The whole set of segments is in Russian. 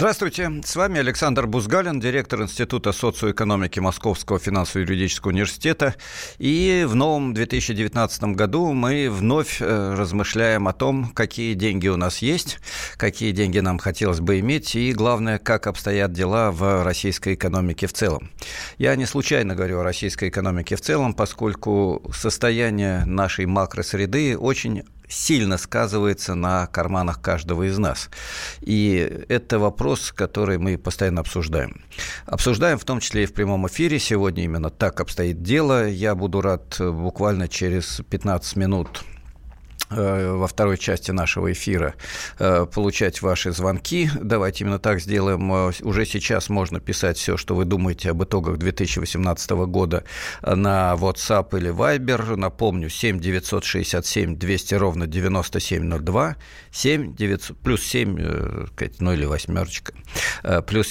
Здравствуйте, с вами Александр Бузгалин, директор Института социоэкономики Московского финансово-юридического университета. И в новом 2019 году мы вновь размышляем о том, какие деньги у нас есть, какие деньги нам хотелось бы иметь, и, главное, как обстоят дела в российской экономике в целом. Я не случайно говорю о российской экономике в целом, поскольку состояние нашей макросреды очень сильно сказывается на карманах каждого из нас. И это вопрос, который мы постоянно обсуждаем. Обсуждаем в том числе и в прямом эфире. Сегодня именно так обстоит дело. Я буду рад буквально через 15 минут во второй части нашего эфира получать ваши звонки. Давайте именно так сделаем. Уже сейчас можно писать все, что вы думаете об итогах 2018 года на WhatsApp или Viber. Напомню, 7-967-200-97-02, 7-900, плюс 7, ну или восьмерочка, плюс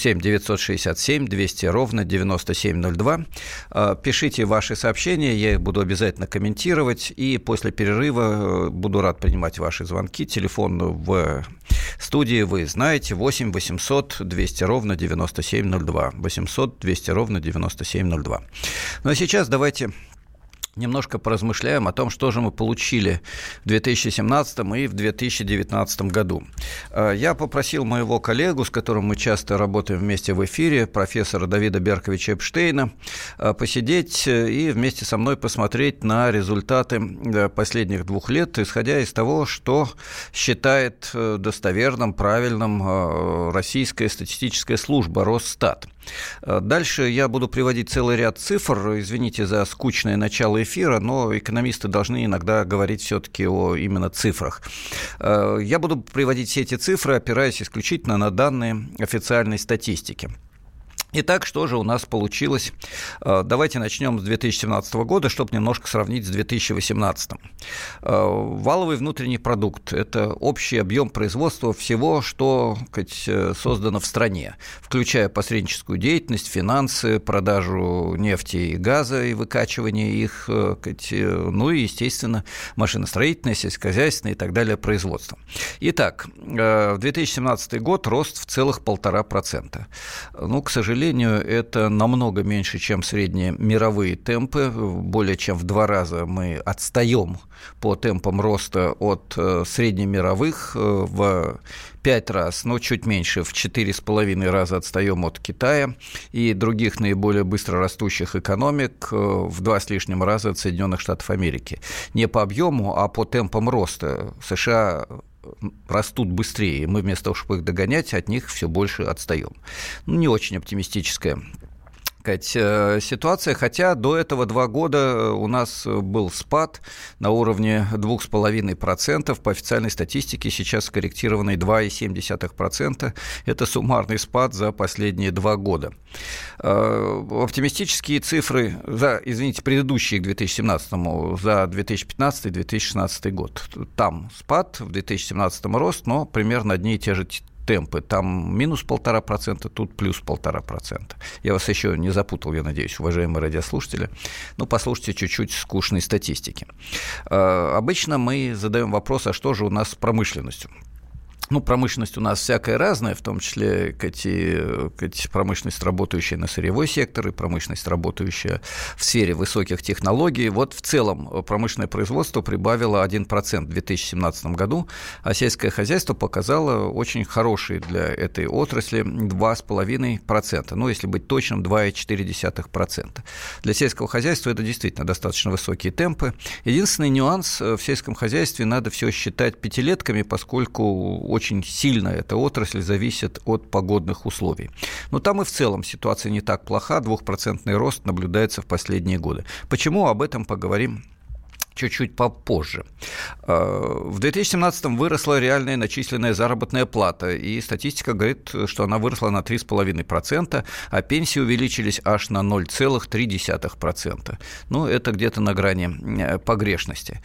7-967-200-97-02. Пишите ваши сообщения, я их буду обязательно комментировать, и после перерыва буду рад принимать ваши звонки. Телефон в студии вы знаете, 8 800 200 ровно 9702. 800 200 ровно 9702. Ну а сейчас давайте немножко поразмышляем о том, что же мы получили в 2017 и в 2019 году. Я попросил моего коллегу, с которым мы часто работаем вместе в эфире, профессора Давида Берковича Эпштейна, посидеть и вместе со мной посмотреть на результаты последних 2 лет, исходя из того, что считает достоверным, правильным российская статистическая служба Росстат. Дальше я буду приводить целый ряд цифр. Извините за скучное начало эфира, но экономисты должны иногда говорить все-таки о именно цифрах. Я буду приводить все эти цифры, опираясь исключительно на данные официальной статистики. Итак, что же у нас получилось? Давайте начнем с 2017 года, чтобы немножко сравнить с 2018. Валовый внутренний продукт – это общий объем производства всего, что создано в стране, включая посредническую деятельность, финансы, продажу нефти и газа и выкачивание их, ну и, естественно, машиностроительное, сельскохозяйственное и так далее производство. Итак, в 2017 год рост в целых 1,5%. Ну, к сожалению, это намного меньше, чем средние мировые темпы. Более чем в 2 раза мы отстаем по темпам роста от среднемировых, в 5 раз, но чуть меньше, в 4,5 раза отстаем от Китая и других наиболее быстро растущих экономик, в 2 с лишним раза от Соединенных Штатов Америки. Не по объему, а по темпам роста. США растут быстрее, мы вместо того, чтобы их догонять, от них все больше отстаем. Не очень оптимистическая ситуация, хотя до этого 2 года у нас был спад на уровне 2,5%, по официальной статистике сейчас скорректированный 2,7%. Это суммарный спад за последние 2 года. Оптимистические цифры предыдущие к 2017-му, за 2015-2016 год. Там спад, в 2017-м рост, но примерно одни и те же темпы. Там минус 1,5%, тут плюс 1,5%. Я вас еще не запутал, я надеюсь, уважаемые радиослушатели. Ну, послушайте чуть-чуть скучной статистики. Обычно мы задаем вопрос, а что же у нас с промышленностью? Ну, промышленность у нас всякая разная, в том числе промышленность, работающая на сырьевой сектор, и промышленность, работающая в сфере высоких технологий. Вот в целом промышленное производство прибавило 1% в 2017 году, а сельское хозяйство показало очень хорошие для этой отрасли 2,5%. Ну, если быть точным, 2,4%. Для сельского хозяйства это действительно достаточно высокие темпы. Единственный нюанс: в сельском хозяйстве надо все считать пятилетками, поскольку очень сильно эта отрасль зависит от погодных условий. Но там и в целом ситуация не так плоха, 2% рост наблюдается в последние годы. Почему? Об этом поговорим чуть-чуть попозже. В 2017-м выросла реальная начисленная заработная плата, и статистика говорит, что она выросла на 3,5%, а пенсии увеличились аж на 0,3%. Ну, это где-то на грани погрешности.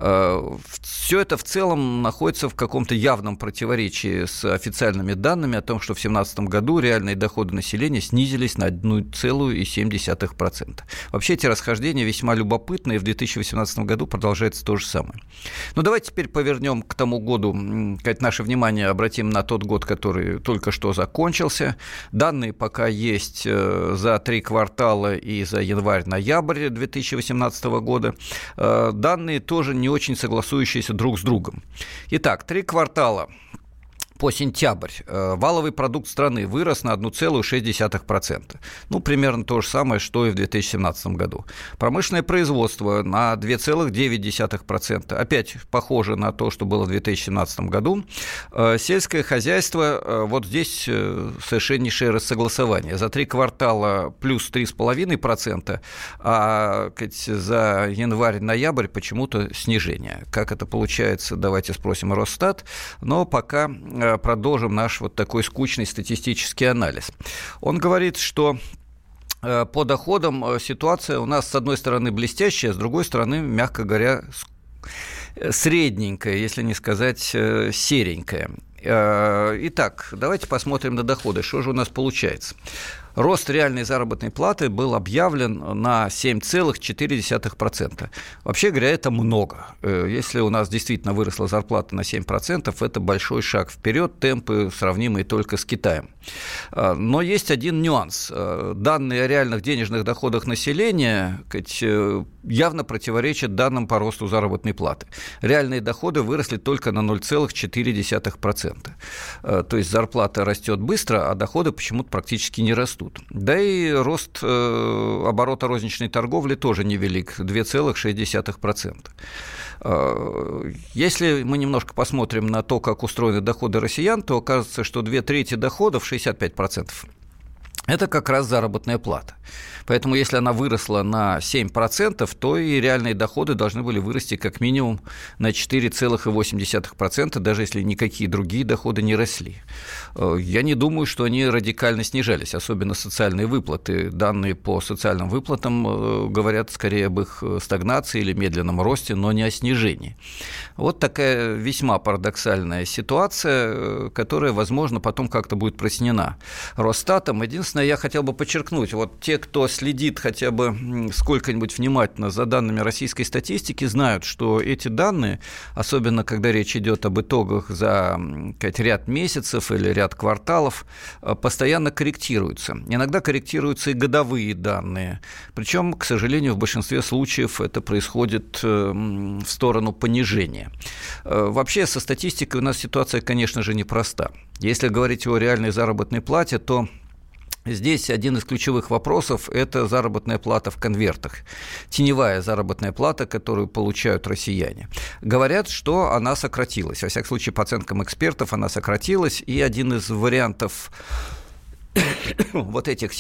Все это в целом находится в каком-то явном противоречии с официальными данными о том, что в 2017 году реальные доходы населения снизились на 1,7%. Вообще эти расхождения весьма любопытные. В 2018 году году продолжается то же самое. Но давайте теперь повернем к тому году, наше внимание обратим на тот год, который только что закончился. Данные пока есть за 3 квартала и за январь-ноябрь 2018 года. Данные тоже не очень согласующиеся друг с другом. Итак, 3 квартала. По сентябрь валовый продукт страны вырос на 1,6%. Примерно то же самое, что и в 2017 году. Промышленное производство на 2,9%. Опять похоже на то, что было в 2017 году. Сельское хозяйство, вот здесь совершеннейшее рассогласование. За 3 квартала плюс 3,5%, а за январь-ноябрь почему-то снижение. Как это получается, давайте спросим Росстат. Но пока продолжим наш вот такой скучный статистический анализ. Он говорит, что по доходам ситуация у нас, с одной стороны, блестящая, с другой стороны, мягко говоря, средненькая, если не сказать серенькая. Итак, давайте посмотрим на доходы. Что же у нас получается? Рост реальной заработной платы был объявлен на 7,4%. Вообще говоря, это много. Если у нас действительно выросла зарплата на 7%, это большой шаг вперед, темпы сравнимые только с Китаем. Но есть один нюанс. Данные о реальных денежных доходах населения явно противоречат данным по росту заработной платы. Реальные доходы выросли только на 0,4%. То есть зарплата растет быстро, а доходы почему-то практически не растут. Да и рост оборота розничной торговли тоже невелик, 2,6%. Если мы немножко посмотрим на то, как устроены доходы россиян, то окажется, что 2/3 доходов, 65%, это как раз заработная плата. Поэтому, если она выросла на 7%, то и реальные доходы должны были вырасти как минимум на 4,8%, даже если никакие другие доходы не росли. Я не думаю, что они радикально снижались, особенно социальные выплаты. Данные по социальным выплатам говорят скорее об их стагнации или медленном росте, но не о снижении. Вот такая весьма парадоксальная ситуация, которая, возможно, потом как-то будет прояснена Росстатом. Единственное, я хотел бы подчеркнуть, вот те, кто следит хотя бы сколько-нибудь внимательно за данными российской статистики, знают, что эти данные, особенно когда речь идет об итогах за ряд месяцев или ряд кварталов, постоянно корректируются. Иногда корректируются и годовые данные. Причем, к сожалению, в большинстве случаев это происходит в сторону понижения. Вообще, со статистикой у нас ситуация, конечно же, непроста. Если говорить о реальной заработной плате, то здесь один из ключевых вопросов – это заработная плата в конвертах, теневая заработная плата, которую получают россияне. Говорят, что она сократилась. Во всяком случае, по оценкам экспертов, она сократилась, и один из вариантов вот этих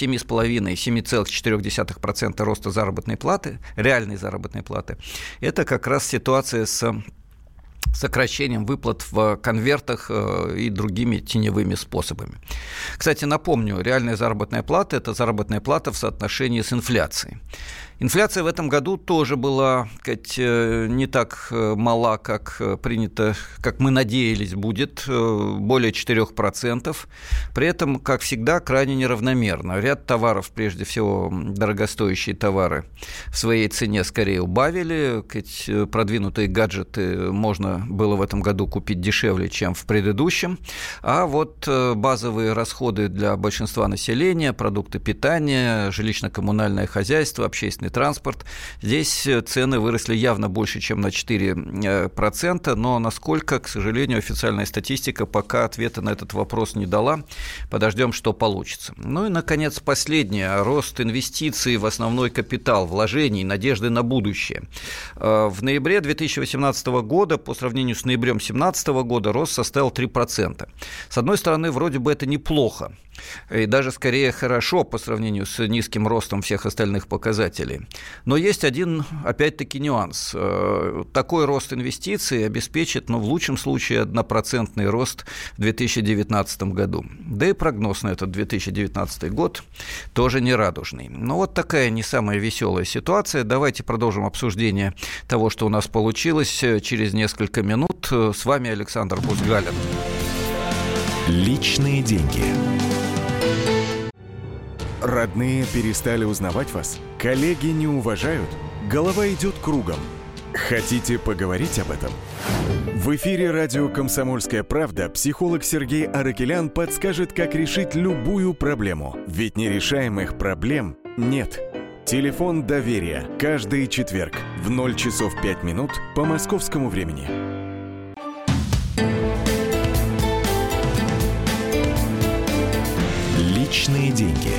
7,4% роста заработной платы, реальной заработной платы, это как раз ситуация с сокращением выплат в конвертах и другими теневыми способами. Кстати, напомню, реальная заработная плата – это заработная плата в соотношении с инфляцией. Инфляция в этом году тоже была, не так мала, как принято, как мы надеялись, будет, более 4%. При этом, как всегда, крайне неравномерно. Ряд товаров, прежде всего дорогостоящие товары, в своей цене скорее убавили. Продвинутые гаджеты можно было в этом году купить дешевле, чем в предыдущем. А вот базовые расходы для большинства населения, продукты питания, жилищно-коммунальное хозяйство, общественный транспорт. Здесь цены выросли явно больше, чем на 4%, но насколько, к сожалению, официальная статистика пока ответа на этот вопрос не дала. Подождем, что получится. Ну и, наконец, последнее. Рост инвестиций в основной капитал, вложений, надежды на будущее. В ноябре 2018 года, по сравнению с ноябрем 2017 года, рост составил 3%. С одной стороны, вроде бы это неплохо. И даже скорее хорошо по сравнению с низким ростом всех остальных показателей. Но есть один, опять-таки, нюанс. Такой рост инвестиций обеспечит, в лучшем случае, 1% рост в 2019 году. Да и прогноз на этот 2019 год тоже нерадужный. Но вот такая не самая веселая ситуация. Давайте продолжим обсуждение того, что у нас получилось через несколько минут. С вами Александр Бузгалин. Личные деньги. Родные перестали узнавать вас? Коллеги не уважают? Голова идет кругом. Хотите поговорить об этом? В эфире радио «Комсомольская правда» психолог Сергей Аракелян подскажет, как решить любую проблему. Ведь нерешаемых проблем нет. Телефон доверия. Каждый четверг в 0 часов 5 минут по московскому времени. Личные деньги.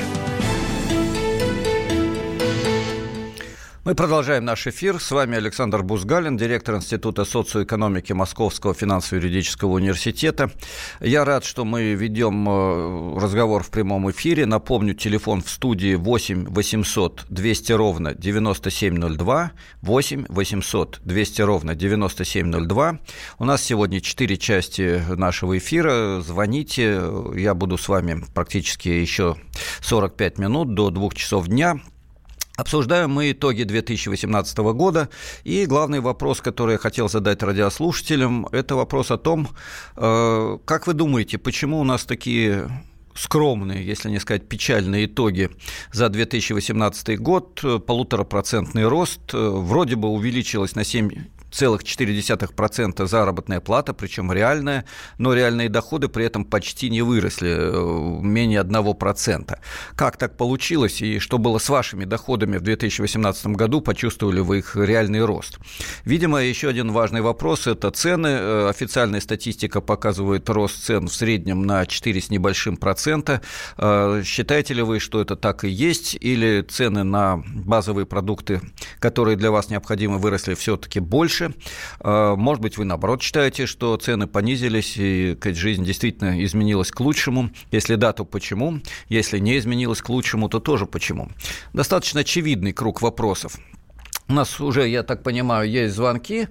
Мы продолжаем наш эфир. С вами Александр Бузгалин, директор Института социоэкономики Московского финансово-юридического университета. Я рад, что мы ведем разговор в прямом эфире. Напомню, телефон в студии 8 800 200 ровно 9702. 8 800 200 ровно 9702. У нас сегодня 4 части нашего эфира. Звоните. Я буду с вами практически еще 45 минут до 2 часов дня. Обсуждаем мы итоги 2018 года, и главный вопрос, который я хотел задать радиослушателям, это вопрос о том, как вы думаете, почему у нас такие скромные, если не сказать печальные итоги за 2018 год, 1,5% рост, вроде бы увеличилась на 7,4% заработная плата, причем реальная, но реальные доходы при этом почти не выросли, менее 1%. Как так получилось и что было с вашими доходами в 2018 году, почувствовали вы их реальный рост? Видимо, еще один важный вопрос – это цены. Официальная статистика показывает рост цен в среднем на 4 с небольшим %. Считаете ли вы, что это так и есть, или цены на базовые продукты, которые для вас необходимы, выросли все-таки больше? Может быть, вы, наоборот, считаете, что цены понизились, и жизнь действительно изменилась к лучшему? Если да, то почему? Если не изменилась к лучшему, то тоже почему? Достаточно очевидный круг вопросов. У нас уже, я так понимаю, есть звонки,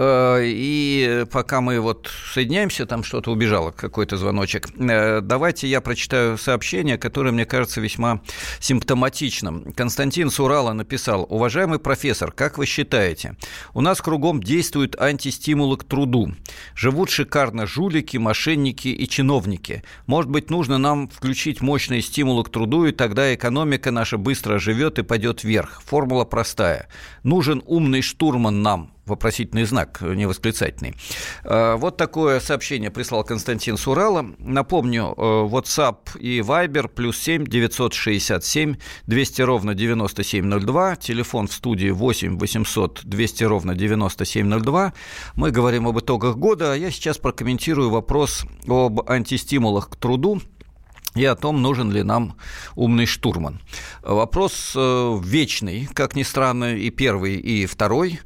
и пока мы вот соединяемся, там что-то убежало, какой-то звоночек. Давайте я прочитаю сообщение, которое, мне кажется, весьма симптоматичным. Константин с Урала написал: «Уважаемый профессор, как вы считаете, у нас кругом действуют антистимулы к труду. Живут шикарно жулики, мошенники и чиновники. Может быть, нужно нам включить мощные стимулы к труду, и тогда экономика наша быстро оживет и пойдет вверх. Формула простая. Нужен умный штурман нам». Вопросительный знак, не восклицательный. Вот такое сообщение прислал Константин с Урала. Напомню, WhatsApp и Viber +7 967 200 ровно 9702. Телефон в студии 8 800 200 ровно 9702. Мы говорим об итогах года, а я сейчас прокомментирую вопрос об антистимулах к труду и о том, нужен ли нам умный штурман. Вопрос вечный, как ни странно, и первый, и второй,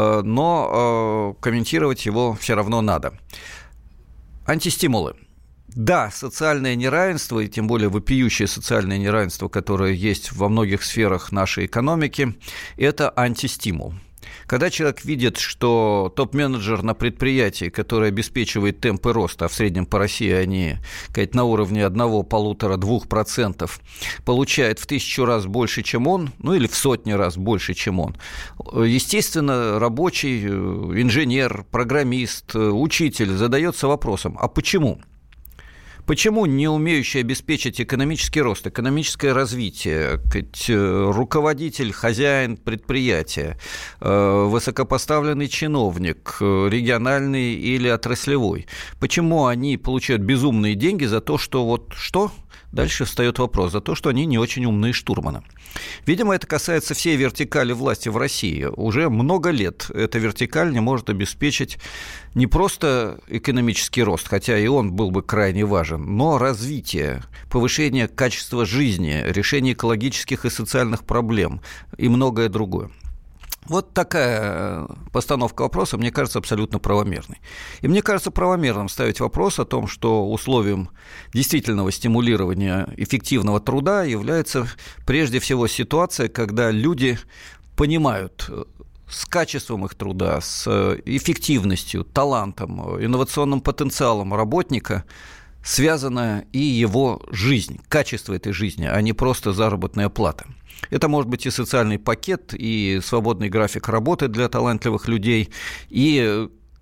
но комментировать его все равно надо. Антистимулы. Да, социальное неравенство, и тем более вопиющее социальное неравенство, которое есть во многих сферах нашей экономики, это антистимул. Когда человек видит, что топ-менеджер на предприятии, который обеспечивает темпы роста, а в среднем по России они на уровне 1, 1,5-2%, получает в 1000 раз больше, чем он, ну или в сотни раз больше, чем он, естественно, рабочий, инженер, программист, учитель задается вопросом: а почему? Почему не умеющий обеспечить экономический рост, экономическое развитие, руководитель, хозяин предприятия, высокопоставленный чиновник, региональный или отраслевой, почему они получают безумные деньги за то, что вот что? Дальше встает вопрос за то, что они не очень умные штурманы. Видимо, это касается всей вертикали власти в России. Уже много лет эта вертикаль не может обеспечить не просто экономический рост, хотя и он был бы крайне важен, но развитие, повышение качества жизни, решение экологических и социальных проблем и многое другое. Вот такая постановка вопроса, мне кажется, абсолютно правомерной. И мне кажется правомерным ставить вопрос о том, что условием действительного стимулирования эффективного труда является прежде всего ситуация, когда люди понимают с качеством их труда, с эффективностью, талантом, инновационным потенциалом работника связана и его жизнь, качество этой жизни, а не просто заработная плата. Это может быть и социальный пакет, и свободный график работы для талантливых людей, и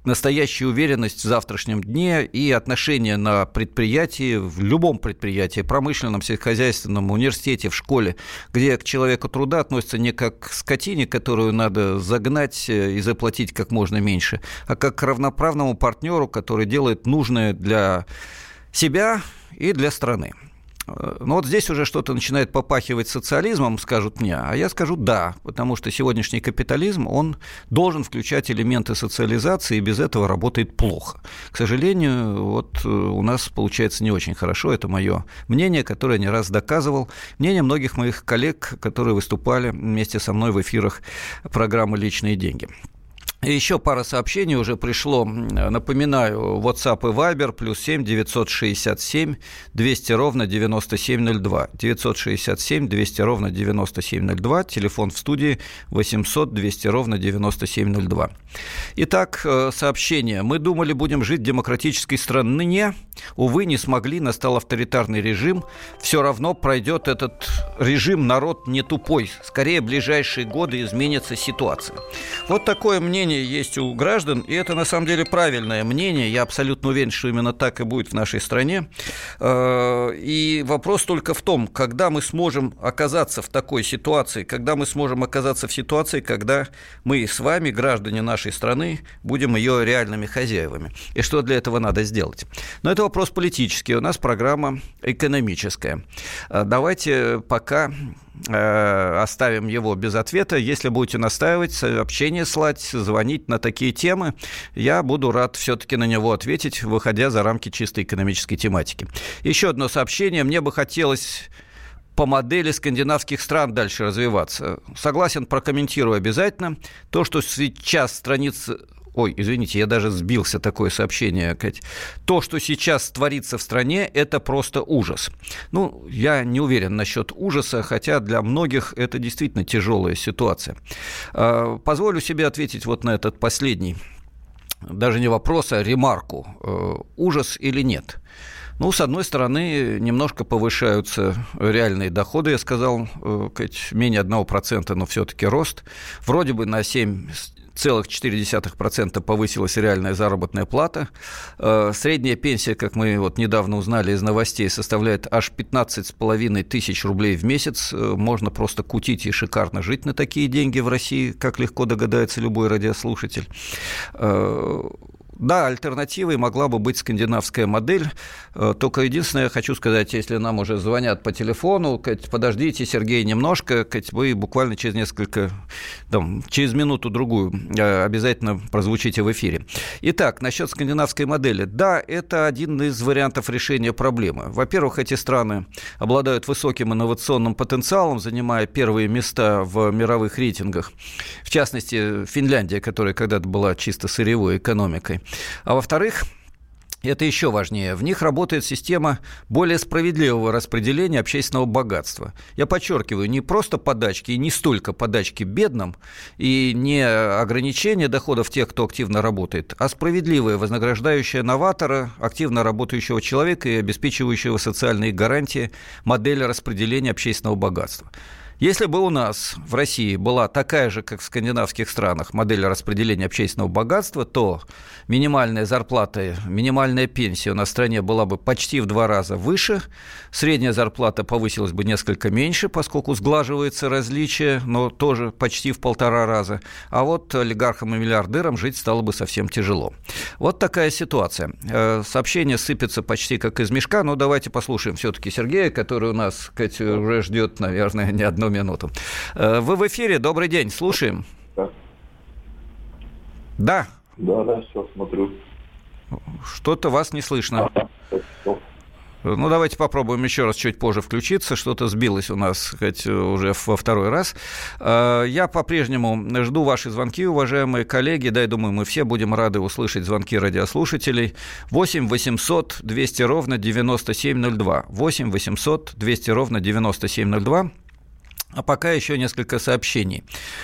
настоящая уверенность в завтрашнем дне и отношение на предприятии, в любом предприятии, промышленном, сельскохозяйственном, университете, в школе, где к человеку труда относятся не как к скотине, которую надо загнать и заплатить как можно меньше, а как к равноправному партнеру, который делает нужное для себя и для страны. Но вот здесь уже что-то начинает попахивать социализмом, скажут мне, а я скажу да, потому что сегодняшний капитализм, он должен включать элементы социализации, и без этого работает плохо. К сожалению, вот у нас получается не очень хорошо, это мое мнение, которое я не раз доказывал, мнение многих моих коллег, которые выступали вместе со мной в эфирах программы «Личные деньги». И еще пара сообщений уже пришло. Напоминаю, WhatsApp и Viber +7 967 200 ровно 9702. 967 200 ровно 9702. Телефон в студии 800 200 ровно 9702. Итак, сообщение. Мы думали, будем жить в демократической стране. Увы, не смогли, настал авторитарный режим. Все равно пройдет этот режим, народ не тупой. Скорее, в ближайшие годы изменится ситуация. Вот такое мнение есть у граждан, и это на самом деле правильное мнение. Я абсолютно уверен, что именно так и будет в нашей стране. И вопрос только в том, когда мы сможем оказаться в такой ситуации, когда мы сможем оказаться в ситуации, когда мы с вами, граждане нашей страны, будем ее реальными хозяевами. И что для этого надо сделать? Но это вопрос политический, у нас программа экономическая. Давайте пока оставим его без ответа. Если будете настаивать, сообщение слать, звонить на такие темы, я буду рад все-таки на него ответить, выходя за рамки чисто экономической тематики. Еще одно сообщение. Мне бы хотелось по модели скандинавских стран дальше развиваться. Согласен, прокомментирую обязательно. То, что сейчас страница... Ой, извините, я даже сбился, такое сообщение, Кать. То, что сейчас творится в стране, это просто ужас. Ну, я не уверен насчет ужаса, хотя для многих это действительно тяжелая ситуация. Позволю себе ответить вот на этот последний, даже не вопрос, а ремарку. Ужас или нет? Ну, с одной стороны, немножко повышаются реальные доходы, я сказал, менее 1%, но все-таки рост. Вроде бы на 7,4% повысилась реальная заработная плата. Средняя пенсия, как мы вот недавно узнали из новостей, составляет аж 15,5 тысяч рублей в месяц. Можно просто кутить и шикарно жить на такие деньги в России, как легко догадается любой радиослушатель. Да, альтернативой могла бы быть скандинавская модель, только единственное, я хочу сказать, если нам уже звонят по телефону, подождите, Сергей, немножко, вы буквально через минуту-другую обязательно прозвучите в эфире. Итак, насчет скандинавской модели. Да, это один из вариантов решения проблемы. Во-первых, эти страны обладают высоким инновационным потенциалом, занимая первые места в мировых рейтингах. В частности, Финляндия, которая когда-то была чисто сырьевой экономикой. А во-вторых, это еще важнее, в них работает система более справедливого распределения общественного богатства. Я подчеркиваю, не просто подачки, и не столько подачки бедным, и не ограничение доходов тех, кто активно работает, а справедливое, вознаграждающее новатора, активно работающего человека и обеспечивающего социальные гарантии модели распределения общественного богатства. Если бы у нас в России была такая же, как в скандинавских странах, модель распределения общественного богатства, то минимальная зарплата, минимальная пенсия у нас в стране была бы почти в 2 раза выше, средняя зарплата повысилась бы несколько меньше, поскольку сглаживается различие, но тоже почти в 1,5 раза, а вот олигархам и миллиардерам жить стало бы совсем тяжело. Вот такая ситуация. Сообщение сыпется почти как из мешка, но давайте послушаем все-таки Сергея, который у нас, Катя, уже ждет, наверное, не одну минуту. Вы в эфире, добрый день, слушаем. Да. Да, все, смотрю. Что-то вас не слышно. Ну, давайте попробуем еще раз чуть позже включиться. Что-то сбилось у нас, уже во 2-й раз. Я по-прежнему жду ваши звонки, уважаемые коллеги. Да, я думаю, мы все будем рады услышать звонки радиослушателей. 8 800 200 ровно 9702. 8 800 200 ровно 9702. А пока еще несколько сообщений.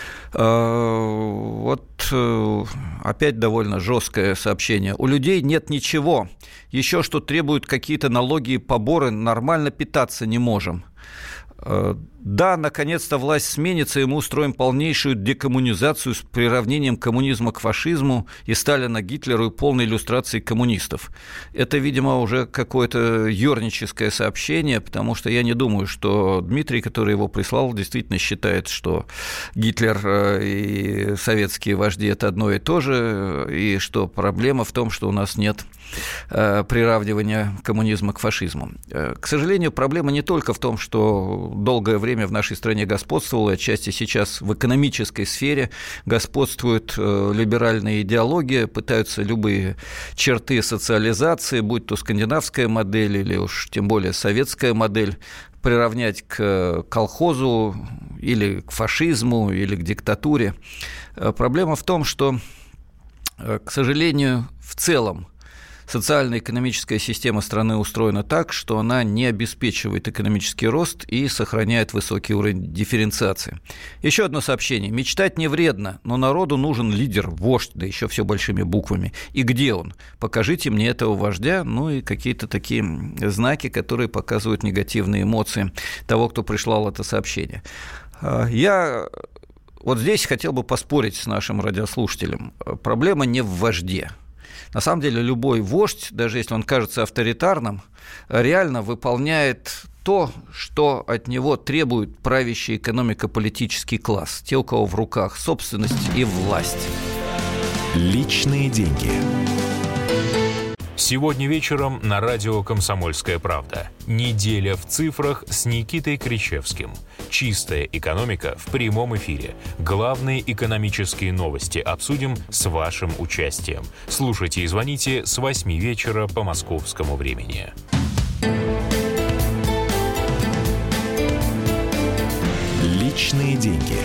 Вот опять довольно жесткое сообщение. У людей нет ничего. Еще что требуют какие-то налоги и поборы, нормально питаться не можем. Да, наконец-то власть сменится, и мы устроим полнейшую декоммунизацию с приравнением коммунизма к фашизму и Сталина к Гитлеру и полной иллюстрацией коммунистов. Это, видимо, уже какое-то ёрническое сообщение, потому что я не думаю, что Дмитрий, который его прислал, действительно считает, что Гитлер и советские вожди – это одно и то же, и что проблема в том, что у нас нет приравнивания коммунизма к фашизму. К сожалению, проблема не только в том, что долгое время в нашей стране господствовало, и отчасти сейчас в экономической сфере господствует либеральная идеология, пытаются любые черты социализации, будь то скандинавская модель или уж тем более советская модель, приравнять к колхозу или к фашизму или к диктатуре. Проблема в том, что, к сожалению, в целом социально-экономическая система страны устроена так, что она не обеспечивает экономический рост и сохраняет высокий уровень дифференциации. Еще одно сообщение. Мечтать не вредно, но народу нужен лидер, вождь, да еще все большими буквами. И где он? Покажите мне этого вождя, ну и какие-то такие знаки, которые показывают негативные эмоции того, кто прислал это сообщение. Я вот здесь хотел бы поспорить с нашим радиослушателем. Проблема не в вожде. На самом деле любой вождь, даже если он кажется авторитарным, реально выполняет то, что от него требует правящий экономико-политический класс, те, у кого в руках собственность и власть. Личные деньги. Сегодня вечером на радио «Комсомольская правда». «Неделя в цифрах» с Никитой Кричевским. Чистая экономика в прямом эфире. Главные экономические новости обсудим с вашим участием. Слушайте и звоните с 8 вечера по московскому времени. Личные деньги.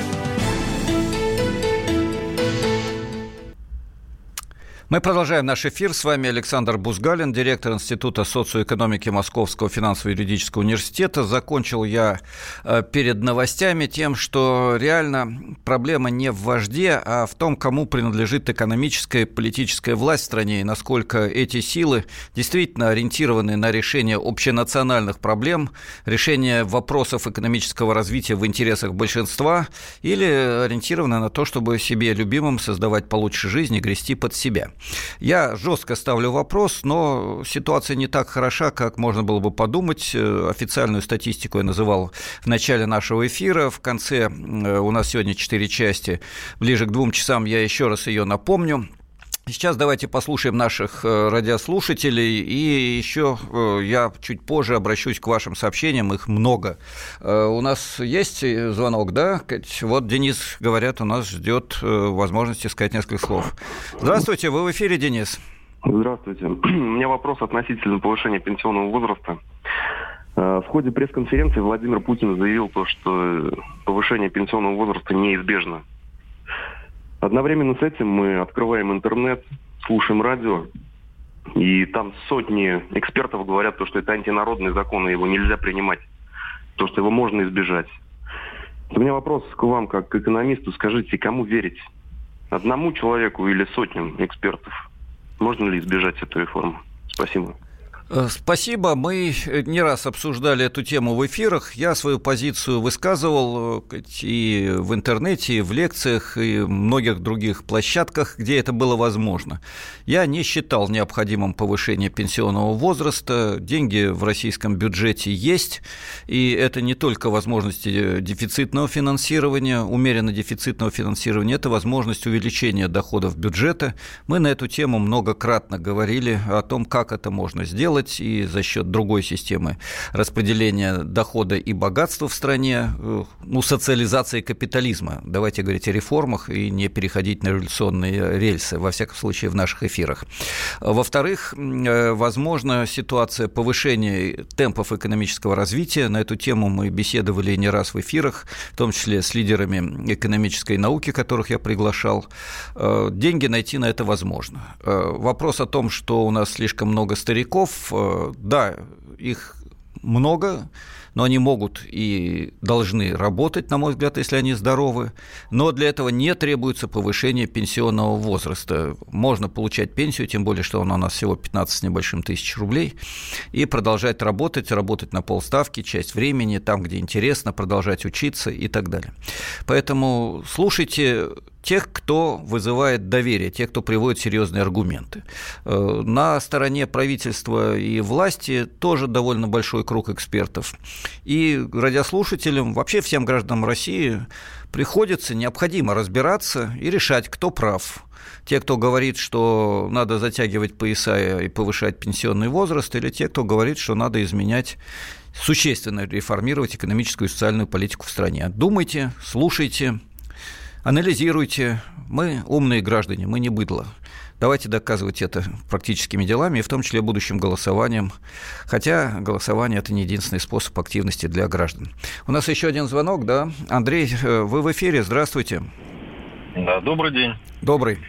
Мы продолжаем наш эфир. С вами Александр Бузгалин, директор Института социоэкономики Московского финансово-юридического университета. Закончил я перед новостями тем, что реально проблема не в вожде, а в том, кому принадлежит экономическая и политическая власть в стране, и насколько эти силы действительно ориентированы на решение общенациональных проблем, решение вопросов экономического развития в интересах большинства, или ориентированы на то, чтобы себе любимым создавать получше жизнь и грести под себя. Я жестко ставлю вопрос, но ситуация не так хороша, как можно было бы подумать. Официальную статистику я называл в начале нашего эфира. В конце у нас сегодня 4 части. Ближе к 2 часам я еще раз ее напомню. Сейчас давайте послушаем наших радиослушателей, и еще я чуть позже обращусь к вашим сообщениям, их много. У нас есть звонок, да? Вот Денис, говорят, у нас ждет возможности сказать несколько слов. Здравствуйте, вы в эфире, Денис. Здравствуйте. У меня вопрос относительно повышения пенсионного возраста. В ходе пресс-конференции Владимир Путин заявил то, что повышение пенсионного возраста неизбежно. Одновременно с этим мы открываем интернет, слушаем радио, и там сотни экспертов говорят, что это антинародный закон, и его нельзя принимать, то, что его можно избежать. У меня вопрос к вам, как к экономисту. Скажите, кому верить? Одному человеку или сотням экспертов? Можно ли избежать этой реформы? Спасибо. Спасибо. Мы не раз обсуждали эту тему в эфирах. Я свою позицию высказывал и в интернете, и в лекциях, и многих других площадках, где это было возможно. Я не считал необходимым повышение пенсионного возраста. Деньги в российском бюджете есть, и это не только возможности дефицитного финансирования, умеренно дефицитного финансирования, это возможность увеличения доходов бюджета. Мы на эту тему многократно говорили о том, как это можно сделать, и за счет другой системы распределения дохода и богатства в стране, социализации капитализма. Давайте говорить о реформах и не переходить на революционные рельсы, во всяком случае, в наших эфирах. Во-вторых, возможно, ситуация повышения темпов экономического развития. На эту тему мы беседовали не раз в эфирах, в том числе с лидерами экономической науки, которых я приглашал. Деньги найти на это возможно. Вопрос о том, что у нас слишком много стариков, да, их много, но они могут и должны работать, на мой взгляд, если они здоровы, но для этого не требуется повышение пенсионного возраста. Можно получать пенсию, тем более, что она у нас всего 15 с небольшим тысяч рублей, и продолжать работать на полставки, часть времени, там, где интересно, продолжать учиться и так далее. Поэтому слушайте тех, кто вызывает доверие, тех, кто приводит серьезные аргументы. На стороне правительства и власти тоже довольно большой круг экспертов. И радиослушателям, вообще всем гражданам России необходимо разбираться и решать, кто прав. Те, кто говорит, что надо затягивать пояса и повышать пенсионный возраст, или те, кто говорит, что надо изменять, существенно реформировать экономическую и социальную политику в стране. Думайте, слушайте, анализируйте. Мы умные граждане, мы не быдло. Давайте доказывать это практическими делами, и в том числе будущим голосованием. Хотя голосование – это не единственный способ активности для граждан. У нас еще один звонок, да? Андрей, вы в эфире, здравствуйте. Да, добрый день. Добрый.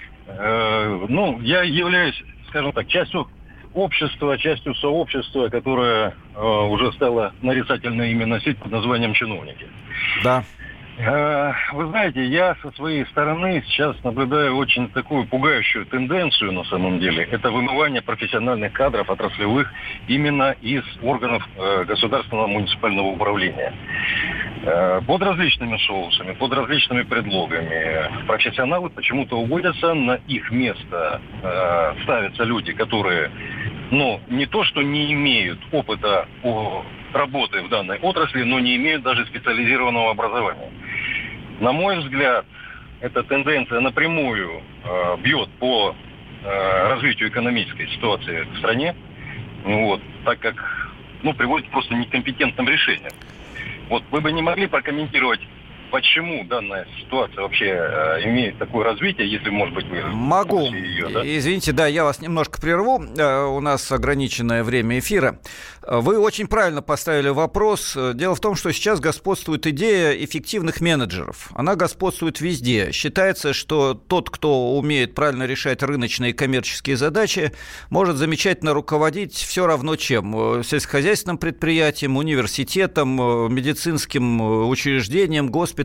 Я являюсь, скажем так, частью общества, частью сообщества, которое уже стало нарицательное имя носить под названием чиновники. Да. Вы знаете, я со своей стороны сейчас наблюдаю очень такую пугающую тенденцию на самом деле. Это вымывание профессиональных кадров отраслевых именно из органов государственного муниципального управления. Под различными соусами, под различными предлогами профессионалы почему-то уводятся, на их место ставятся люди, которые, не то что не имеют опыта работы в данной отрасли, но не имеют даже специализированного образования. На мой взгляд, эта тенденция напрямую бьет по развитию экономической ситуации в стране, так как приводит к просто некомпетентным решениям. Вы бы не могли прокомментировать, почему данная ситуация вообще имеет такое развитие, если, может быть, вы... Могу. Ее, да? Извините, да, я вас немножко прерву. У нас ограниченное время эфира. Вы очень правильно поставили вопрос. Дело в том, что сейчас господствует идея эффективных менеджеров. Она господствует везде. Считается, что тот, кто умеет правильно решать рыночные и коммерческие задачи, может замечательно руководить все равно чем. Сельскохозяйственным предприятием, университетом, медицинским учреждением, госпиталем,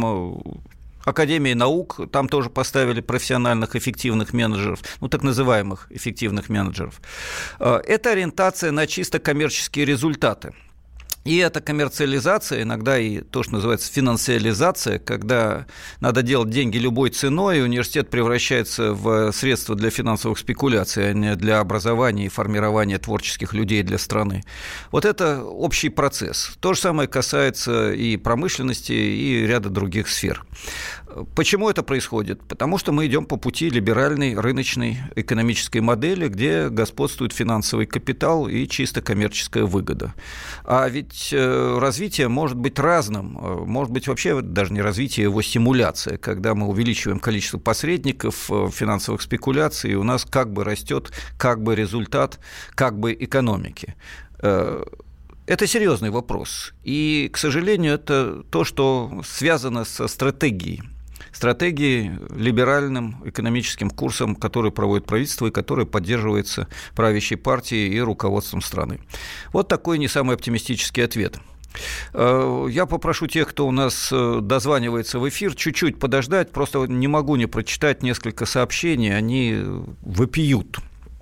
Академии наук, там тоже поставили профессиональных эффективных менеджеров, так называемых эффективных менеджеров. Это ориентация на чисто коммерческие результаты. И эта коммерциализация, иногда и то, что называется финансиализация, когда надо делать деньги любой ценой, и университет превращается в средство для финансовых спекуляций, а не для образования и формирования творческих людей для страны. Это общий процесс. То же самое касается и промышленности, и ряда других сфер. Почему это происходит? Потому что мы идем по пути либеральной рыночной экономической модели, где господствует финансовый капитал и чисто коммерческая выгода. А ведь развитие может быть разным, может быть вообще даже не развитие, его стимуляция, когда мы увеличиваем количество посредников финансовых спекуляций, и у нас как бы растет результат экономики. Это серьезный вопрос. И, к сожалению, это то, что связано со стратегией либеральным экономическим курсом, который проводит правительство и который поддерживается правящей партией и руководством страны. Такой не самый оптимистический ответ. Я попрошу тех, кто у нас дозванивается в эфир, чуть-чуть подождать, просто не могу не прочитать несколько сообщений, они вопиют.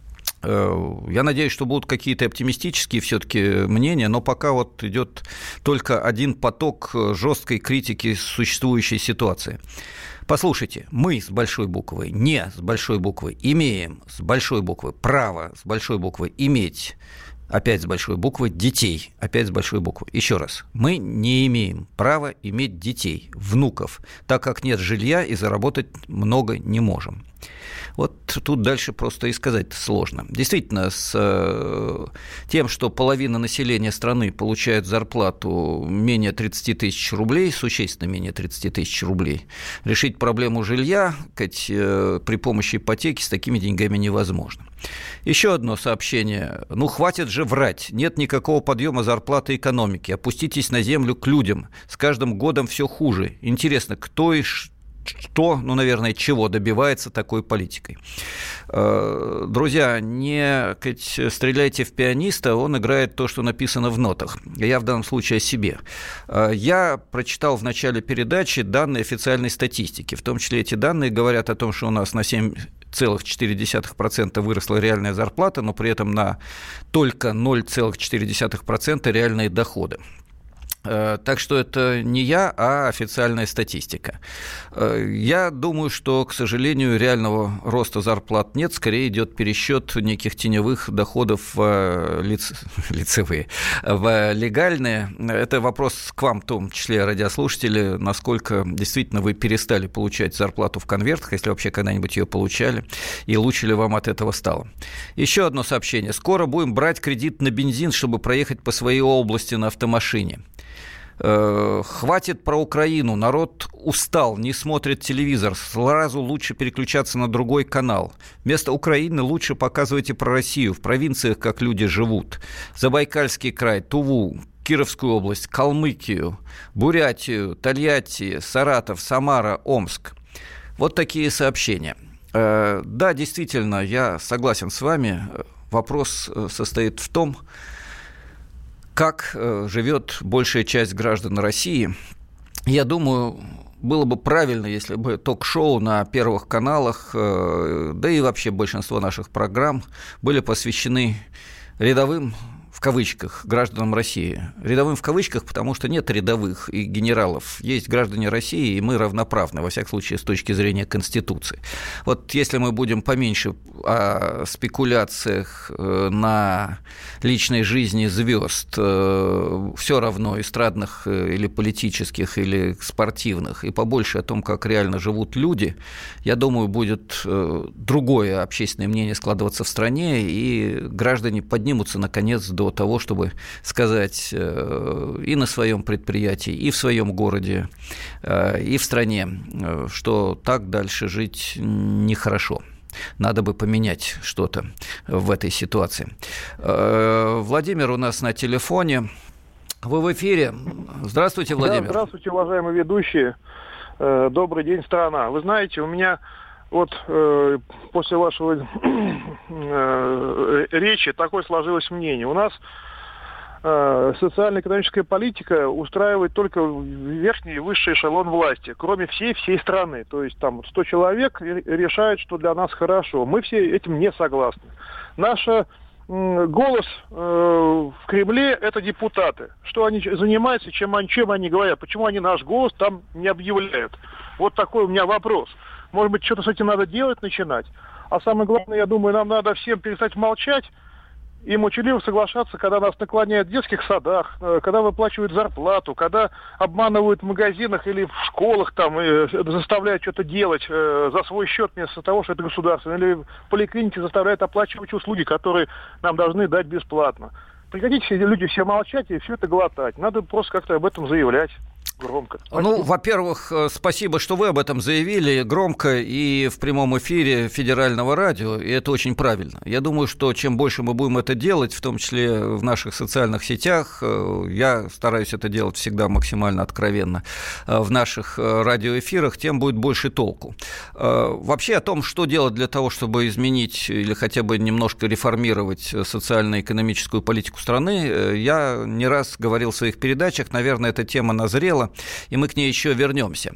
Я надеюсь, что будут какие-то оптимистические все-таки мнения, но пока идет только один поток жесткой критики существующей ситуации. Послушайте, мы с большой буквы, не с большой буквы, имеем с большой буквы право с большой буквы иметь, опять с большой буквы, детей, опять с большой буквы. Еще раз, мы не имеем права иметь детей, внуков, так как нет жилья и заработать много не можем. Тут дальше просто и сказать сложно. Действительно, с тем, что половина населения страны получает зарплату менее 30 тысяч рублей, существенно менее 30 тысяч рублей, решить проблему жилья при помощи ипотеки с такими деньгами невозможно. Еще одно сообщение. Хватит же врать. Нет никакого подъема зарплаты экономики. Опуститесь на землю к людям. С каждым годом все хуже. Интересно, кто и что, наверное, чего добивается такой политикой. Друзья, не стреляйте в пианиста, он играет то, что написано в нотах. Я в данном случае о себе. Я прочитал в начале передачи данные официальной статистики. В том числе эти данные говорят о том, что у нас на 7,4% выросла реальная зарплата, но при этом на только 0,4% реальные доходы. Так что это не я, а официальная статистика. Я думаю, что, к сожалению, реального роста зарплат нет, скорее идет пересчет неких теневых доходов в лицевые, в легальные. Это вопрос к вам, в том числе, радиослушатели, насколько действительно вы перестали получать зарплату в конвертах, если вообще когда-нибудь ее получали, и лучше ли вам от этого стало. Еще одно сообщение. Скоро будем брать кредит на бензин, чтобы проехать по своей области на автомашине. Хватит про Украину, народ устал, не смотрит телевизор, сразу лучше переключаться на другой канал. Вместо Украины лучше показывайте про Россию, в провинциях как люди живут. Забайкальский край, Туву, Кировскую область, Калмыкию, Бурятию, Тольятти, Саратов, Самара, Омск. Вот такие сообщения. Да, действительно, я согласен с вами. Вопрос состоит в том, как живет большая часть граждан России. Я думаю, было бы правильно, если бы ток-шоу на первых каналах, да и вообще большинство наших программ были посвящены рядовым, в кавычках, гражданам России. Рядовым в кавычках, потому что нет рядовых и генералов. Есть граждане России, и мы равноправны, во всяком случае, с точки зрения Конституции. Вот если мы будем поменьше о спекуляциях на личной жизни звезд, все равно эстрадных или политических, или спортивных, и побольше о том, как реально живут люди, я думаю, будет другое общественное мнение складываться в стране, и граждане поднимутся, наконец, до того, чтобы сказать и на своем предприятии, и в своем городе, и в стране, что так дальше жить нехорошо. Надо бы поменять что-то в этой ситуации. Владимир у нас на телефоне. Вы в эфире. Здравствуйте, Владимир. Да, здравствуйте, уважаемые ведущие. Добрый день, страна. Вы знаете, у меня после вашего речи такое сложилось мнение. У нас социально-экономическая политика устраивает только верхний и высший эшелон власти, кроме всей страны. То есть там 100 человек решают, что для нас хорошо. Мы все этим не согласны. Наш голос в Кремле – это депутаты. Что они занимаются, чем они говорят, почему они наш голос там не объявляют. Вот такой у меня вопрос. Может быть, что-то с этим надо делать, начинать. А самое главное, я думаю, нам надо всем перестать молчать и молчаливо соглашаться, когда нас наклоняют в детских садах, когда выплачивают зарплату, когда обманывают в магазинах или в школах там, и заставляют что-то делать за свой счет вместо того, что это государство. Или в поликлинике заставляют оплачивать услуги, которые нам должны дать бесплатно. Прекратите люди все молчать и все это глотать. Надо просто как-то об этом заявлять. Громко. Ну, во-первых, спасибо, что вы об этом заявили громко и в прямом эфире федерального радио, и это очень правильно. Я думаю, что чем больше мы будем это делать, в том числе в наших социальных сетях, я стараюсь это делать всегда максимально откровенно, в наших радиоэфирах, тем будет больше толку. Вообще о том, что делать для того, чтобы изменить или хотя бы немножко реформировать социально-экономическую политику страны, я не раз говорил в своих передачах, наверное, эта тема назрела, и мы к ней еще вернемся.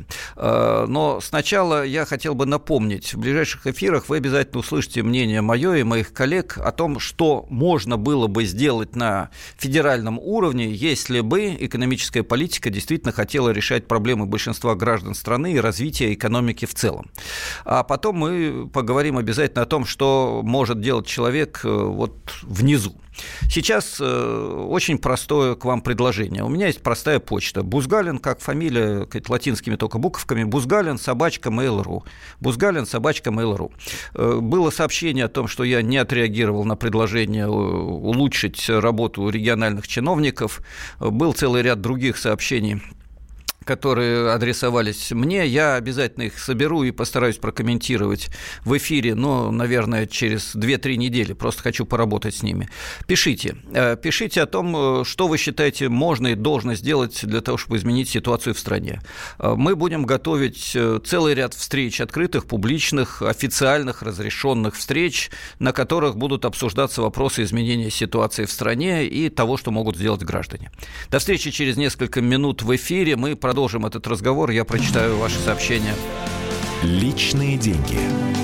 Но сначала я хотел бы напомнить, в ближайших эфирах вы обязательно услышите мнение мое и моих коллег о том, что можно было бы сделать на федеральном уровне, если бы экономическая политика действительно хотела решать проблемы большинства граждан страны и развития экономики в целом. А потом мы поговорим обязательно о том, что может делать человек вот внизу. Сейчас очень простое к вам предложение. У меня есть простая почта. Бузгалин, как фамилия, латинскими только буковками, Бузгалин, @mail.ru. Бузгалин, @mail.ru. Было сообщение о том, что я не отреагировал на предложение улучшить работу региональных чиновников. Был целый ряд других сообщений, которые адресовались мне. Я обязательно их соберу и постараюсь прокомментировать в эфире, но, наверное, через 2-3 недели. Просто хочу поработать с ними. Пишите. Пишите о том, что вы считаете можно и должно сделать для того, чтобы изменить ситуацию в стране. Мы будем готовить целый ряд встреч, открытых, публичных, официальных, разрешенных встреч, на которых будут обсуждаться вопросы изменения ситуации в стране и того, что могут сделать граждане. До встречи через несколько минут в эфире. Мы продолжим этот разговор. Я прочитаю ваши сообщения. Личные деньги.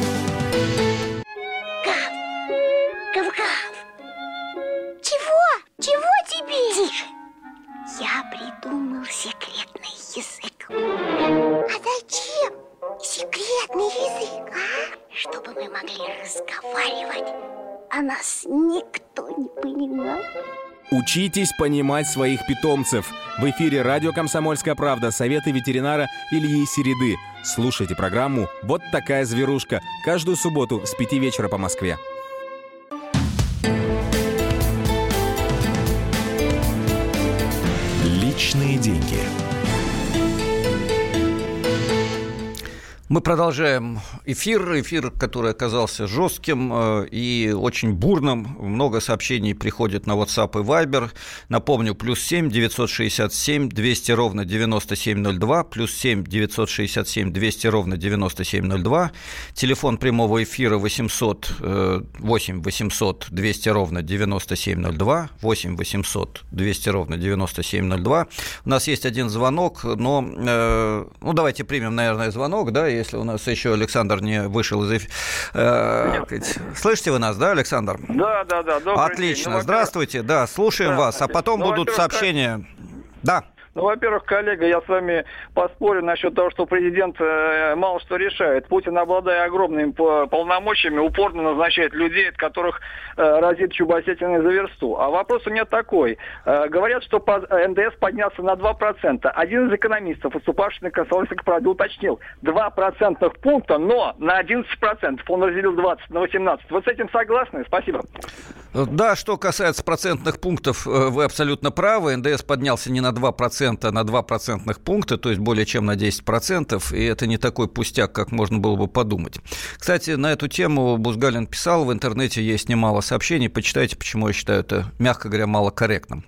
Гав-гав. Чего? Чего тебе? Тише. Я придумал секретный язык. А зачем секретный язык, а? Чтобы мы могли разговаривать, а нас никто не понимал. Учитесь понимать своих питомцев. В эфире радио «Комсомольская правда». Советы ветеринара Ильи Середы. Слушайте программу «Вот такая зверушка» каждую субботу с 5 вечера по Москве. Личные деньги. Мы продолжаем эфир, который оказался жестким и очень бурным. Много сообщений приходит на WhatsApp и Viber. Напомню, +7 967 200 ровно 9702, +7 967 200 ровно 9702. Телефон прямого эфира 8 800 200 ровно 9702, 8 800 200 ровно 9702. У нас есть один звонок, но давайте примем, наверное, звонок, да, если у нас еще Александр не вышел из эфира. Слышите вы нас, да, Александр? Да. Отлично. День. Здравствуйте. Да, слушаем вас. А потом будут сообщения. Да. Во-первых, коллега, я с вами поспорю насчет того, что президент мало что решает. Путин, обладая огромными полномочиями, упорно назначает людей, от которых разит чубасятиной за версту. А вопрос у меня такой. Говорят, что НДС поднялся на 2%. Один из экономистов, выступавший на «Комсомольской правде», уточнил. 2 процентных пункта, но на 11%. Он разделил 20 на 18. Вы с этим согласны? Спасибо. Да, что касается процентных пунктов, вы абсолютно правы. НДС поднялся не на 2%, а на 2 процентных пункта, то есть более чем на 10%, и это не такой пустяк, как можно было бы подумать. Кстати, на эту тему Бузгалин писал, в интернете есть немало сообщений, почитайте, почему я считаю это, мягко говоря, малокорректным.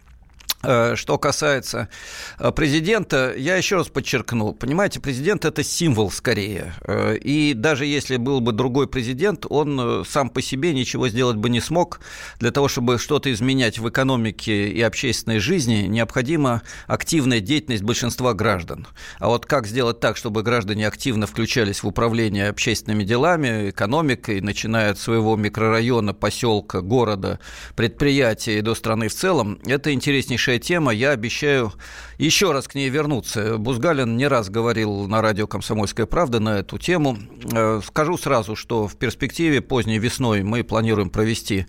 Что касается президента, я еще раз подчеркну, понимаете, президент – это символ скорее, и даже если был бы другой президент, он сам по себе ничего сделать бы не смог. Для того, чтобы что-то изменять в экономике и общественной жизни, необходима активная деятельность большинства граждан. А вот как сделать так, чтобы граждане активно включались в управление общественными делами, экономикой, начиная от своего микрорайона, поселка, города, предприятия и до страны в целом, это интереснейшая тема, я обещаю еще раз к ней вернуться. Бузгалин не раз говорил на радио «Комсомольская правда» на эту тему. Скажу сразу, что в перспективе поздней весной мы планируем провести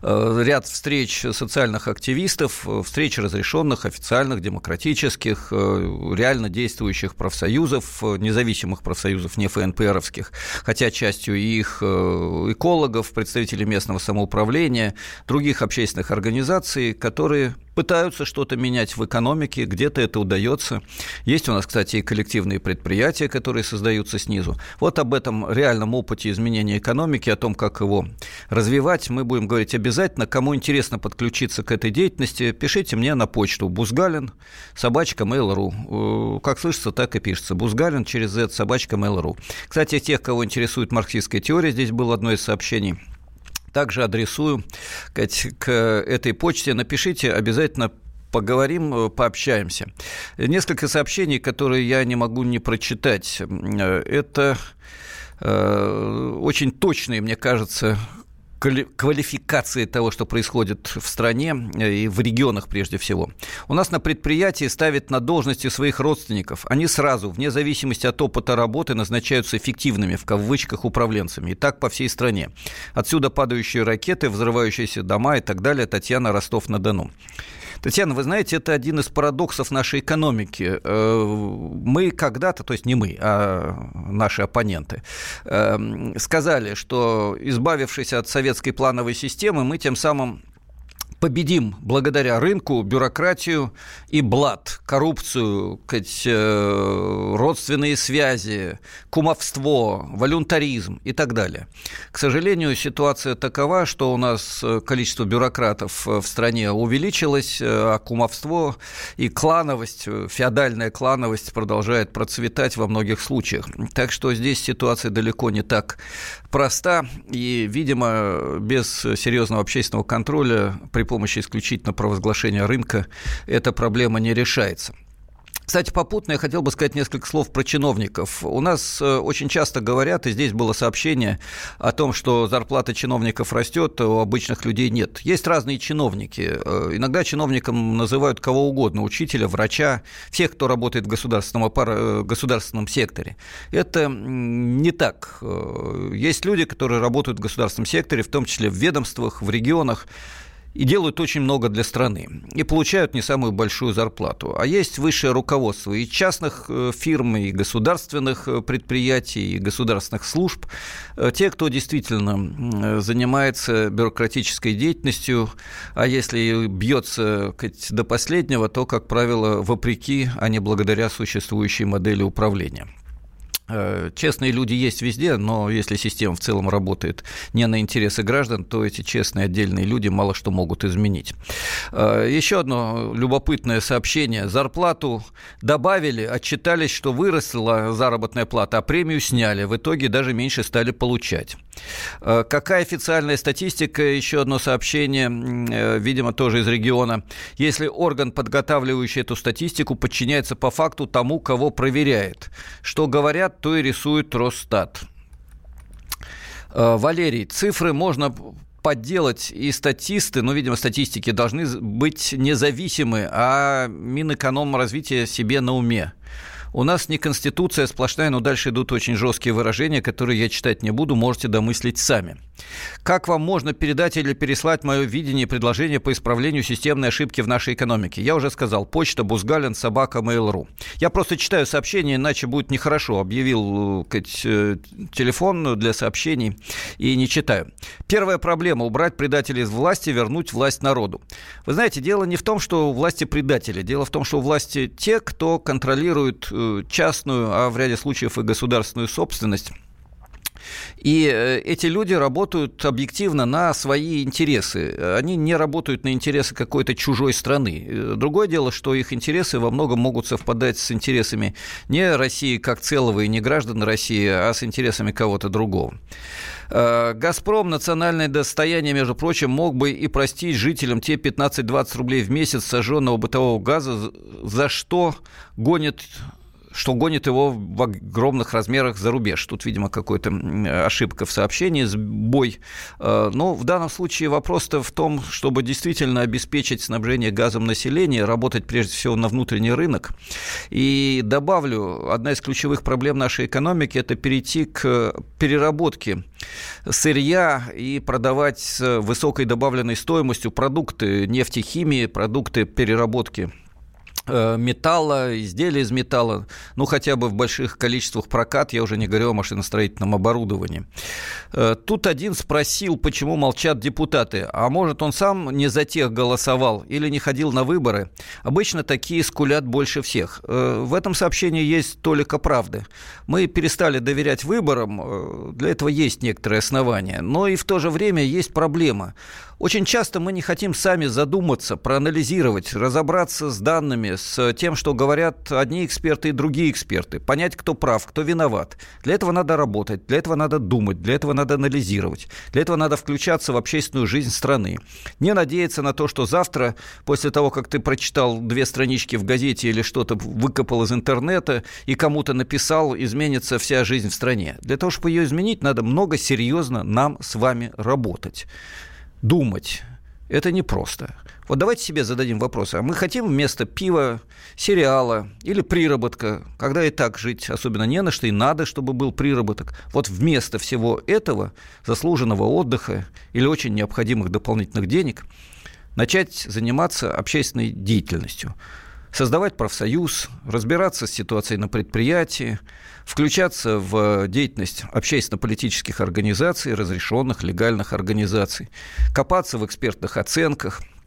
ряд встреч социальных активистов, встреч разрешенных, официальных, демократических, реально действующих профсоюзов, независимых профсоюзов, не ФНПРовских, хотя частью их экологов, представителей местного самоуправления, других общественных организаций, которые пытаются что-то менять в экономике, где-то это удается. Есть у нас, кстати, и коллективные предприятия, которые создаются снизу. Вот об этом реальном опыте изменения экономики, о том, как его развивать, мы будем говорить обязательно. Кому интересно подключиться к этой деятельности, пишите мне на почту buzgalin@mail.ru. Как слышится, так и пишется. Buzgalin через z @mail.ru. Кстати, тех, кого интересует марксистская теория, здесь было одно из сообщений. Также адресую к этой почте. Напишите, обязательно поговорим, пообщаемся. Несколько сообщений, которые я не могу не прочитать. Это очень точные, мне кажется, квалификации того, что происходит в стране и в регионах прежде всего. У нас на предприятии ставят на должности своих родственников. Они сразу, вне зависимости от опыта работы, назначаются эффективными, в кавычках, управленцами. И так по всей стране. Отсюда падающие ракеты, взрывающиеся дома и так далее. Татьяна, Ростов-на-Дону. Татьяна, вы знаете, это один из парадоксов нашей экономики. Мы когда-то, то есть не мы, а наши оппоненты, сказали, что, избавившись от советской плановой системы, мы тем самым победим благодаря рынку, бюрократию и блат, коррупцию, родственные связи, кумовство, волюнтаризм и так далее. К сожалению, ситуация такова, что у нас количество бюрократов в стране увеличилось, а кумовство и клановость, феодальная клановость продолжает процветать во многих случаях. Так что здесь ситуация далеко не так проста, и, видимо, без серьезного общественного контроля при помощи исключительно провозглашения рынка эта проблема не решается. Кстати, попутно я хотел бы сказать несколько слов про чиновников. У нас очень часто говорят, и здесь было сообщение о том, что зарплата чиновников растет, а у обычных людей нет. Есть разные чиновники. Иногда чиновником называют кого угодно, учителя, врача, всех, кто работает в государственном секторе. Это не так. Есть люди, которые работают в государственном секторе, в том числе в ведомствах, в регионах, и делают очень много для страны, и получают не самую большую зарплату. А есть высшее руководство и частных фирм, и государственных предприятий, и государственных служб. Те, кто действительно занимается бюрократической деятельностью, а если бьется до последнего, то, как правило, вопреки, а не благодаря существующей модели управления. Честные люди есть везде, но если система в целом работает не на интересы граждан, то эти честные отдельные люди мало что могут изменить. Еще одно любопытное сообщение. Зарплату добавили, отчитались, что выросла заработная плата, а премию сняли. В итоге даже меньше стали получать. Какая официальная статистика? Еще одно сообщение, видимо, тоже из региона. Если орган, подготавливающий эту статистику, подчиняется по факту тому, кого проверяет. Что говорят, то и рисует Росстат. Валерий, цифры можно подделать, и статисты, видимо, статистики должны быть независимы, а Минэкономразвития себе на уме. У нас не конституция сплошная, но дальше идут очень жесткие выражения, которые я читать не буду, можете домыслить сами. Как вам можно передать или переслать мое видение и предложение по исправлению системной ошибки в нашей экономике? Я уже сказал, почта @busgalin@mail.ru. Я просто читаю сообщения, иначе будет нехорошо. Объявил телефон для сообщений и не читаю. Первая проблема – убрать предателей из власти, вернуть власть народу. Вы знаете, дело не в том, что у власти предатели. Дело в том, что у власти те, кто контролирует частную, а в ряде случаев и государственную собственность. И эти люди работают объективно на свои интересы. Они не работают на интересы какой-то чужой страны. Другое дело, что их интересы во многом могут совпадать с интересами не России как целого и не граждан России, а с интересами кого-то другого. «Газпром» национальное достояние, между прочим, мог бы и простить жителям те 15-20 рублей в месяц сожженного бытового газа, за что гонит его в огромных размерах за рубеж. Тут, видимо, какая-то ошибка в сообщении, сбой. Но в данном случае вопрос-то в том, чтобы действительно обеспечить снабжение газом населения, работать прежде всего на внутренний рынок. И добавлю, одна из ключевых проблем нашей экономики – это перейти к переработке сырья и продавать с высокой добавленной стоимостью продукты нефтехимии, продукты переработки металла, изделия из металла, хотя бы в больших количествах прокат, я уже не говорю о машиностроительном оборудовании. Тут один спросил, почему молчат депутаты, а может, он сам не за тех голосовал или не ходил на выборы. Обычно такие скулят больше всех. В этом сообщении есть толика правды. Мы перестали доверять выборам, для этого есть некоторые основания, но и в то же время есть проблема. Очень часто мы не хотим сами задуматься, проанализировать, разобраться с данными, с тем, что говорят одни эксперты и другие эксперты, понять, кто прав, кто виноват. Для этого надо работать, для этого надо думать, для этого надо анализировать, для этого надо включаться в общественную жизнь страны. Не надеяться на то, что завтра, после того, как ты прочитал 2 странички в газете или что-то выкопал из интернета и кому-то написал, изменится вся жизнь в стране. Для того, чтобы ее изменить, надо много серьезно нам с вами работать. Думать. Это непросто. Вот давайте себе зададим вопрос. А мы хотим вместо пива, сериала или приработка, когда и так жить особенно не на что, и надо, чтобы был приработок. Вот вместо всего этого, заслуженного отдыха или очень необходимых дополнительных денег, начать заниматься общественной деятельностью. Создавать профсоюз, разбираться с ситуацией на предприятии, включаться в деятельность общественно-политических организаций, разрешенных, легальных организаций, копаться в экспертных оценках,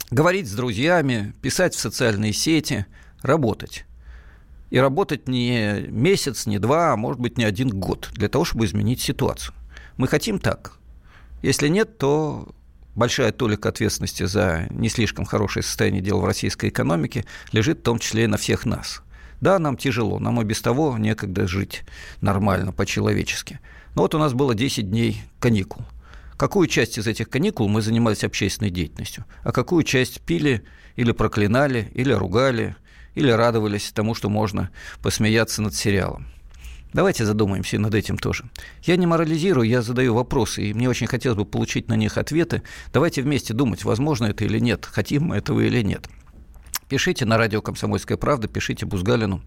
говорить с друзьями, писать в социальные сети, работать. И работать не месяц, не 2, а может быть не 1 год для того, чтобы изменить ситуацию. Мы хотим так. Если нет, то большая толика ответственности за не слишком хорошее состояние дел в российской экономике лежит в том числе и на всех нас. Да, нам тяжело, нам и без того некогда жить нормально, по-человечески. Но вот у нас было 10 дней каникул. Какую часть из этих каникул мы занимались общественной деятельностью, а какую часть пили или проклинали, или ругали, или радовались тому, что можно посмеяться над сериалом. Давайте задумаемся над этим тоже. Я не морализирую, я задаю вопросы, и мне очень хотелось бы получить на них ответы. Давайте вместе думать, возможно это или нет, хотим мы этого или нет. Пишите на радио «Комсомольская правда», пишите Бузгалину.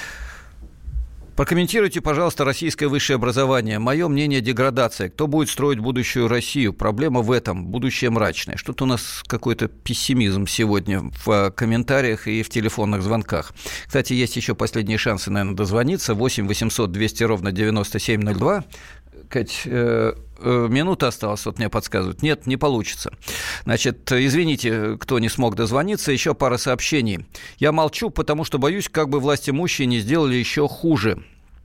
Прокомментируйте, пожалуйста, российское высшее образование. Мое мнение – деградация. Кто будет строить будущую Россию? Проблема в этом. Будущее мрачное. Что-то у нас какой-то пессимизм сегодня в комментариях и в телефонных звонках. Кстати, есть еще последние шансы, наверное, дозвониться. 8 800 200 ровно 9702. Кать, минута осталась, вот мне подсказывают. Нет, не получится. Значит, извините, кто не смог дозвониться. Еще пара сообщений. Я молчу, потому что боюсь, как бы властимущие не сделали еще хуже.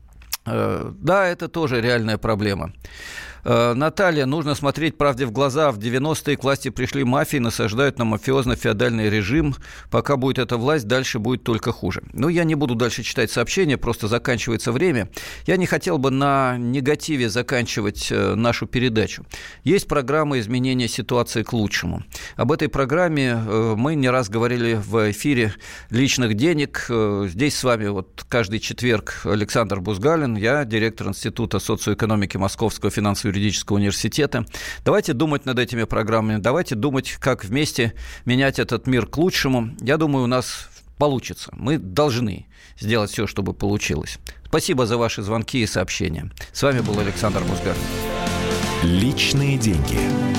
Да, это тоже реальная проблема. Наталья, нужно смотреть правде в глаза. В 90-е к власти пришли мафии, насаждают на мафиозно-феодальный режим. Пока будет эта власть, дальше будет только хуже. Но я не буду дальше читать сообщения, просто заканчивается время. Я не хотел бы на негативе заканчивать нашу передачу. Есть программа изменения ситуации к лучшему. Об этой программе мы не раз говорили в эфире «Личных денег». Здесь с вами вот каждый четверг Александр Бузгалин, я директор Института социоэкономики Московского финансово-юридического университета. Давайте думать над этими программами, давайте думать, как вместе менять этот мир к лучшему. Я думаю, у нас получится. Мы должны сделать все, чтобы получилось. Спасибо за ваши звонки и сообщения. С вами был Александр Бузгалин. Личные деньги.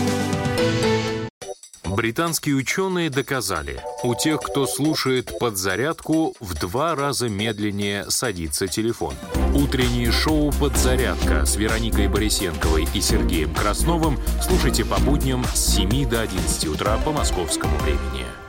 Британские ученые доказали, у тех, кто слушает «Подзарядку», в 2 раза медленнее садится телефон. Утреннее шоу «Подзарядка» с Вероникой Борисенковой и Сергеем Красновым слушайте по будням с 7 до 11 утра по московскому времени.